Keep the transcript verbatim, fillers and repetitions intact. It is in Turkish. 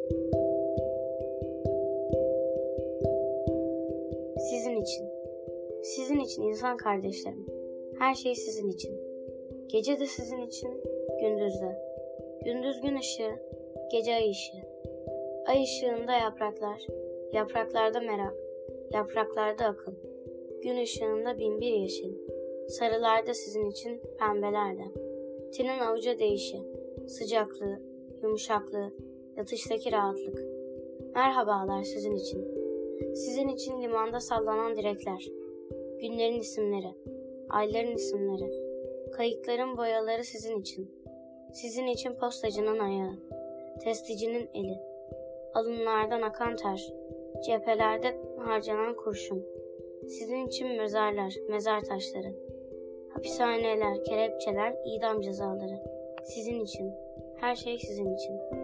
Sizin için. Sizin için insan kardeşlerim. Her şey sizin için. Gece de sizin için, gündüz de. Gündüz gün ışığı, gece ay ışığı. Ay ışığında yapraklar, yapraklarda merak, yapraklarda akıl. Gün ışığında binbir yeşil. Sarılarda sizin için, pembelerde. Tinin avuca değişi, sıcaklığı, yumuşaklığı, yatıştaki rahatlık. Merhabalar sizin için. Sizin için limanda sallanan direkler. Günlerin isimleri, ayların isimleri. Kayıkların boyaları sizin için. Sizin için postacının ayağı, testicinin eli. Alınlardan akan ter, cephelerde harcanan kurşun. Sizin için mezarlar, mezar taşları. Hapishaneler, kelepçeler, idam cezaları. Sizin için, her şey sizin için.